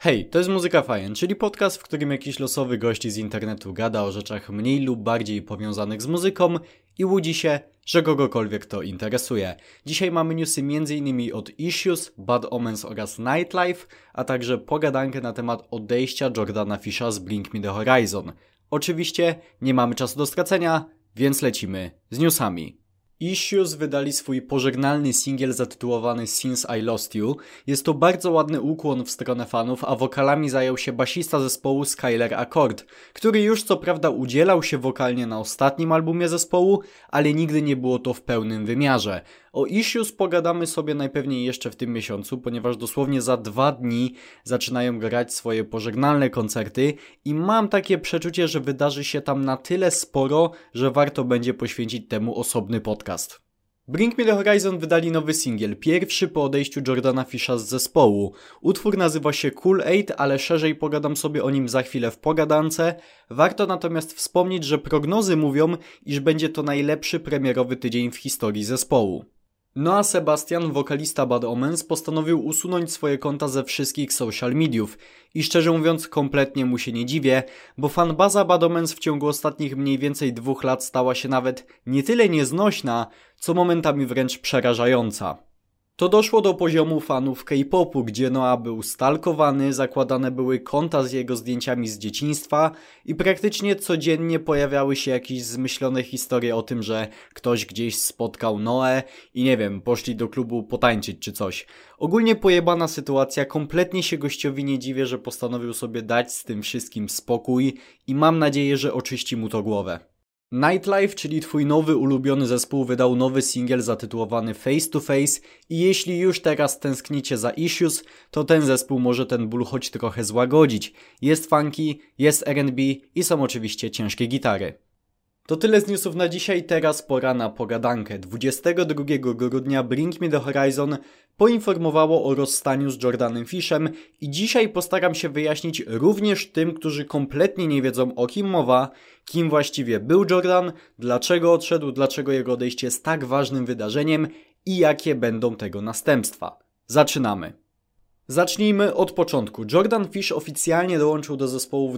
Hej, to jest Muzyka Fajen, czyli podcast, w którym jakiś losowy gość z internetu gada o rzeczach mniej lub bardziej powiązanych z muzyką i łudzi się, że kogokolwiek to interesuje. Dzisiaj mamy newsy m.in. od Issues, Bad Omens oraz Nightlife, a także pogadankę na temat odejścia Jordana Fisha z Bring Me The Horizon. Oczywiście nie mamy czasu do stracenia, więc lecimy z newsami. Issues wydali swój pożegnalny singiel zatytułowany Since I Lost You. Jest to bardzo ładny ukłon w stronę fanów, a wokalami zajął się basista zespołu Skyler Accord, który już co prawda udzielał się wokalnie na ostatnim albumie zespołu, ale nigdy nie było to w pełnym wymiarze. O Issues pogadamy sobie najpewniej jeszcze w tym miesiącu, ponieważ dosłownie za 2 dni zaczynają grać swoje pożegnalne koncerty i mam takie przeczucie, że wydarzy się tam na tyle sporo, że warto będzie poświęcić temu osobny podcast. Bring Me The Horizon wydali nowy singiel, pierwszy po odejściu Jordana Fisha z zespołu. Utwór nazywa się Cool Aid, ale szerzej pogadam sobie o nim za chwilę w pogadance. Warto natomiast wspomnieć, że prognozy mówią, iż będzie to najlepszy premierowy tydzień w historii zespołu. Noah Sebastian, wokalista Bad Omens, postanowił usunąć swoje konta ze wszystkich social mediów i szczerze mówiąc kompletnie mu się nie dziwię, bo fanbaza Bad Omens w ciągu ostatnich mniej więcej 2 lat stała się nawet nie tyle nieznośna, co momentami wręcz przerażająca. To doszło do poziomu fanów K-popu, gdzie Noah był stalkowany, zakładane były konta z jego zdjęciami z dzieciństwa i praktycznie codziennie pojawiały się jakieś zmyślone historie o tym, że ktoś gdzieś spotkał Noę i nie wiem, poszli do klubu potańczyć czy coś. Ogólnie pojebana sytuacja, kompletnie się gościowi nie dziwię, że postanowił sobie dać z tym wszystkim spokój i mam nadzieję, że oczyści mu to głowę. Nightlife, czyli twój nowy ulubiony zespół, wydał nowy singiel zatytułowany Face to Face i jeśli już teraz tęsknicie za Issues, to ten zespół może ten ból choć trochę złagodzić. Jest funky, jest R&B i są oczywiście ciężkie gitary. To tyle z newsów na dzisiaj, teraz pora na pogadankę. 22 grudnia Bring Me The Horizon poinformowało o rozstaniu z Jordanem Fishem i dzisiaj postaram się wyjaśnić również tym, którzy kompletnie nie wiedzą o kim mowa, kim właściwie był Jordan, dlaczego odszedł, dlaczego jego odejście jest tak ważnym wydarzeniem i jakie będą tego następstwa. Zaczynamy. Zacznijmy od początku. Jordan Fish oficjalnie dołączył do zespołu w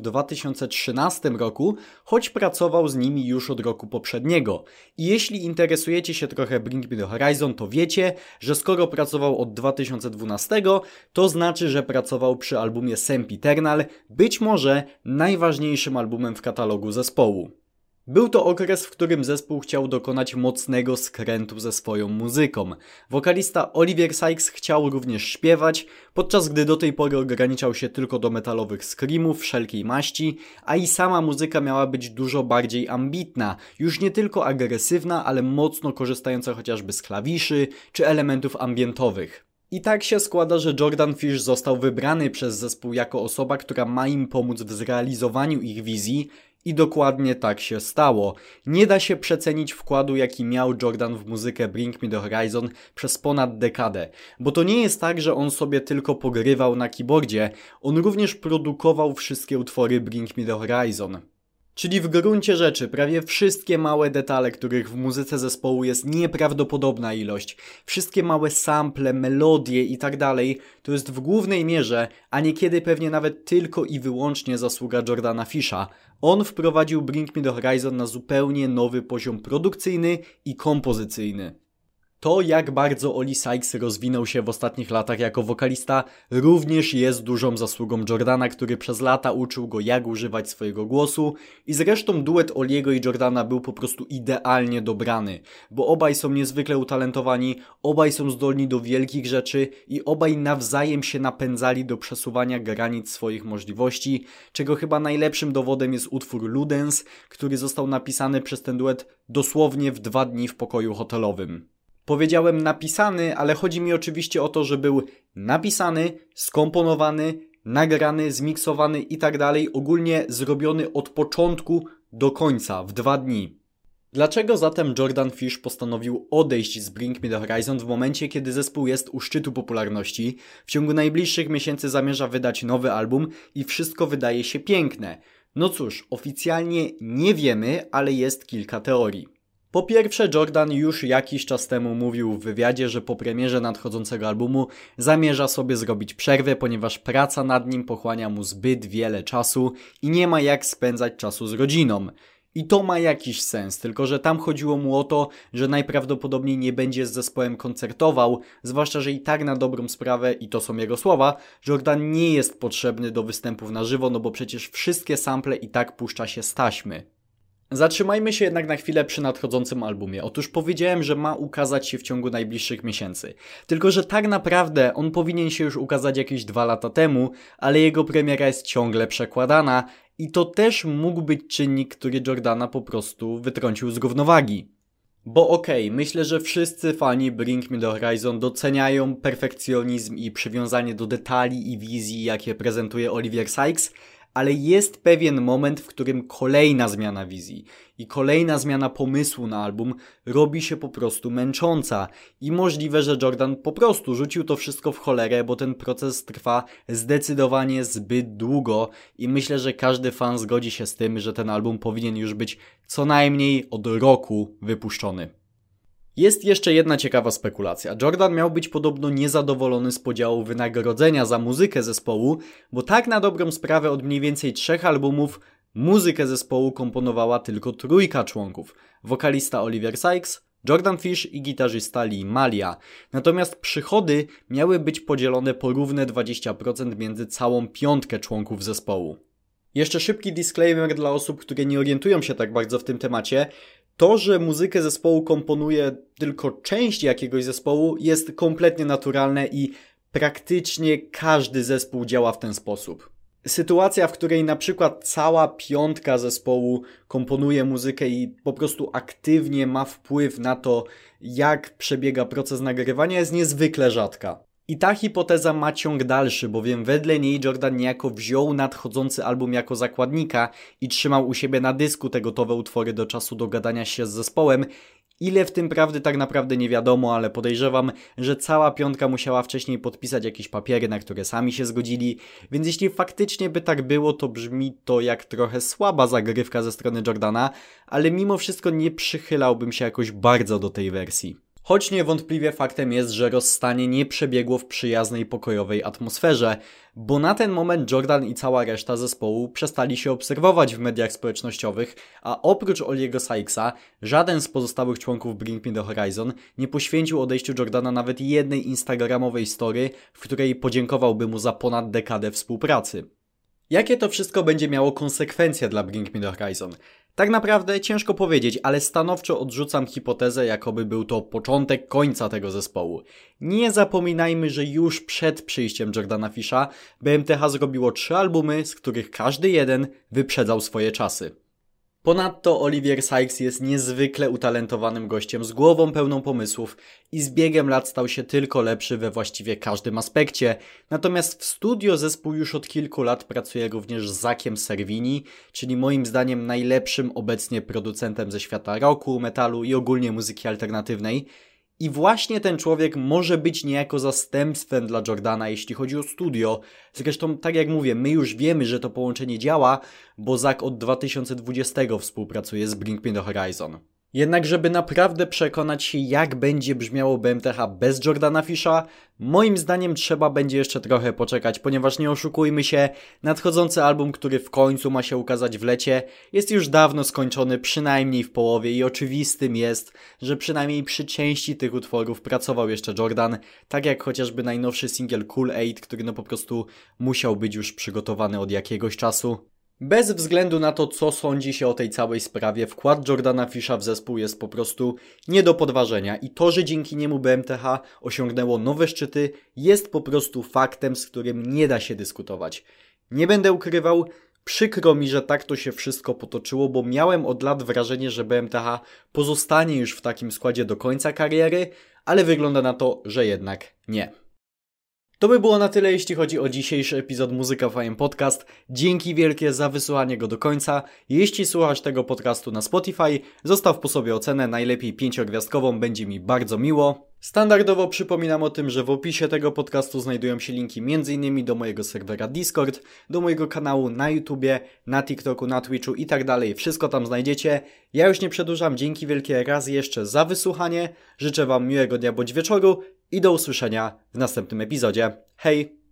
2013 roku, choć pracował z nimi już od roku poprzedniego. I jeśli interesujecie się trochę Bring Me The Horizon, to wiecie, że skoro pracował od 2012, to znaczy, że pracował przy albumie Sempiternal, być może najważniejszym albumem w katalogu zespołu. Był to okres, w którym zespół chciał dokonać mocnego skrętu ze swoją muzyką. Wokalista Oliver Sykes chciał również śpiewać, podczas gdy do tej pory ograniczał się tylko do metalowych screamów wszelkiej maści, a i sama muzyka miała być dużo bardziej ambitna, już nie tylko agresywna, ale mocno korzystająca chociażby z klawiszy czy elementów ambientowych. I tak się składa, że Jordan Fish został wybrany przez zespół jako osoba, która ma im pomóc w zrealizowaniu ich wizji i dokładnie tak się stało. Nie da się przecenić wkładu, jaki miał Jordan w muzykę Bring Me The Horizon przez ponad dekadę, bo to nie jest tak, że on sobie tylko pogrywał na keyboardzie, on również produkował wszystkie utwory Bring Me The Horizon. Czyli w gruncie rzeczy prawie wszystkie małe detale, których w muzyce zespołu jest nieprawdopodobna ilość, wszystkie małe sample, melodie i tak dalej, to jest w głównej mierze, a niekiedy pewnie nawet tylko i wyłącznie zasługa Jordana Fisha. On wprowadził Bring Me The Horizon na zupełnie nowy poziom produkcyjny i kompozycyjny. To, jak bardzo Oli Sykes rozwinął się w ostatnich latach jako wokalista, również jest dużą zasługą Jordana, który przez lata uczył go, jak używać swojego głosu i zresztą duet Oliego i Jordana był po prostu idealnie dobrany, bo obaj są niezwykle utalentowani, obaj są zdolni do wielkich rzeczy i obaj nawzajem się napędzali do przesuwania granic swoich możliwości, czego chyba najlepszym dowodem jest utwór Ludens, który został napisany przez ten duet dosłownie w 2 dni w pokoju hotelowym. Powiedziałem napisany, ale chodzi mi oczywiście o to, że był napisany, skomponowany, nagrany, zmiksowany i tak dalej, ogólnie zrobiony od początku do końca w 2 dni. Dlaczego zatem Jordan Fish postanowił odejść z Bring Me The Horizon w momencie, kiedy zespół jest u szczytu popularności? W ciągu najbliższych miesięcy zamierza wydać nowy album i wszystko wydaje się piękne. No cóż, oficjalnie nie wiemy, ale jest kilka teorii. Po pierwsze, Jordan już jakiś czas temu mówił w wywiadzie, że po premierze nadchodzącego albumu zamierza sobie zrobić przerwę, ponieważ praca nad nim pochłania mu zbyt wiele czasu i nie ma jak spędzać czasu z rodziną. I to ma jakiś sens, tylko że tam chodziło mu o to, że najprawdopodobniej nie będzie z zespołem koncertował, zwłaszcza, że i tak na dobrą sprawę, i to są jego słowa, Jordan nie jest potrzebny do występów na żywo, no bo przecież wszystkie sample i tak puszcza się z taśmy. Zatrzymajmy się jednak na chwilę przy nadchodzącym albumie. Otóż powiedziałem, że ma ukazać się w ciągu najbliższych miesięcy. Tylko że tak naprawdę on powinien się już ukazać jakieś 2 lata temu, ale jego premiera jest ciągle przekładana i to też mógł być czynnik, który Jordana po prostu wytrącił z równowagi. Bo okej, myślę, że wszyscy fani Bring Me The Horizon doceniają perfekcjonizm i przywiązanie do detali i wizji, jakie prezentuje Oliver Sykes, ale jest pewien moment, w którym kolejna zmiana wizji i kolejna zmiana pomysłu na album robi się po prostu męcząca i możliwe, że Jordan po prostu rzucił to wszystko w cholerę, bo ten proces trwa zdecydowanie zbyt długo i myślę, że każdy fan zgodzi się z tym, że ten album powinien już być co najmniej od roku wypuszczony. Jest jeszcze jedna ciekawa spekulacja. Jordan miał być podobno niezadowolony z podziału wynagrodzenia za muzykę zespołu, bo tak na dobrą sprawę od mniej więcej 3 albumów muzykę zespołu komponowała tylko 3 członków. Wokalista Oliver Sykes, Jordan Fish i gitarzysta Lee Malia. Natomiast przychody miały być podzielone po równe 20% między całą 5 członków zespołu. Jeszcze szybki disclaimer dla osób, które nie orientują się tak bardzo w tym temacie. To, że muzykę zespołu komponuje tylko część jakiegoś zespołu, jest kompletnie naturalne i praktycznie każdy zespół działa w ten sposób. Sytuacja, w której na przykład cała 5 zespołu komponuje muzykę i po prostu aktywnie ma wpływ na to, jak przebiega proces nagrywania, jest niezwykle rzadka. I ta hipoteza ma ciąg dalszy, bowiem wedle niej Jordan niejako wziął nadchodzący album jako zakładnika i trzymał u siebie na dysku te gotowe utwory do czasu dogadania się z zespołem. Ile w tym prawdy tak naprawdę nie wiadomo, ale podejrzewam, że cała 5 musiała wcześniej podpisać jakieś papiery, na które sami się zgodzili, więc jeśli faktycznie by tak było, to brzmi to jak trochę słaba zagrywka ze strony Jordana, ale mimo wszystko nie przychylałbym się jakoś bardzo do tej wersji. Choć niewątpliwie faktem jest, że rozstanie nie przebiegło w przyjaznej, pokojowej atmosferze, bo na ten moment Jordan i cała reszta zespołu przestali się obserwować w mediach społecznościowych, a oprócz Oliego Sykesa żaden z pozostałych członków Bring Me The Horizon nie poświęcił odejściu Jordana nawet jednej instagramowej story, w której podziękowałby mu za ponad dekadę współpracy. Jakie to wszystko będzie miało konsekwencje dla Bring Me The Horizon? Tak naprawdę ciężko powiedzieć, ale stanowczo odrzucam hipotezę, jakoby był to początek końca tego zespołu. Nie zapominajmy, że już przed przyjściem Jordana Fisha BMTH zrobiło 3 albumy, z których każdy jeden wyprzedzał swoje czasy. Ponadto Oliver Sykes jest niezwykle utalentowanym gościem z głową pełną pomysłów i z biegiem lat stał się tylko lepszy we właściwie każdym aspekcie. Natomiast w studio zespół już od kilku lat pracuje również z Zackiem Servini, czyli moim zdaniem najlepszym obecnie producentem ze świata rocku, metalu i ogólnie muzyki alternatywnej. I właśnie ten człowiek może być niejako zastępstwem dla Jordana, jeśli chodzi o studio. Zresztą, tak jak mówię, my już wiemy, że to połączenie działa, bo Zack od 2020 współpracuje z Bring Me The Horizon. Jednak żeby naprawdę przekonać się, jak będzie brzmiało BMTH bez Jordana Fisha, moim zdaniem trzeba będzie jeszcze trochę poczekać, ponieważ nie oszukujmy się, nadchodzący album, który w końcu ma się ukazać w lecie, jest już dawno skończony, przynajmniej w połowie i oczywistym jest, że przynajmniej przy części tych utworów pracował jeszcze Jordan, tak jak chociażby najnowszy singiel Cool Aid, który no po prostu musiał być już przygotowany od jakiegoś czasu. Bez względu na to, co sądzi się o tej całej sprawie, wkład Jordana Fisha w zespół jest po prostu nie do podważenia i to, że dzięki niemu BMTH osiągnęło nowe szczyty, jest po prostu faktem, z którym nie da się dyskutować. Nie będę ukrywał, przykro mi, że tak to się wszystko potoczyło, bo miałem od lat wrażenie, że BMTH pozostanie już w takim składzie do końca kariery, ale wygląda na to, że jednak nie. To by było na tyle, jeśli chodzi o dzisiejszy epizod Muzyka FM Podcast. Dzięki wielkie za wysłuchanie go do końca. Jeśli słuchasz tego podcastu na Spotify, zostaw po sobie ocenę, najlepiej 5-gwiazdkową, będzie mi bardzo miło. Standardowo przypominam o tym, że w opisie tego podcastu znajdują się linki m.in. do mojego serwera Discord, do mojego kanału na YouTubie, na TikToku, na Twitchu i tak dalej. Wszystko tam znajdziecie. Ja już nie przedłużam, dzięki wielkie raz jeszcze za wysłuchanie. Życzę Wam miłego dnia bądź wieczoru i do usłyszenia w następnym epizodzie. Hej!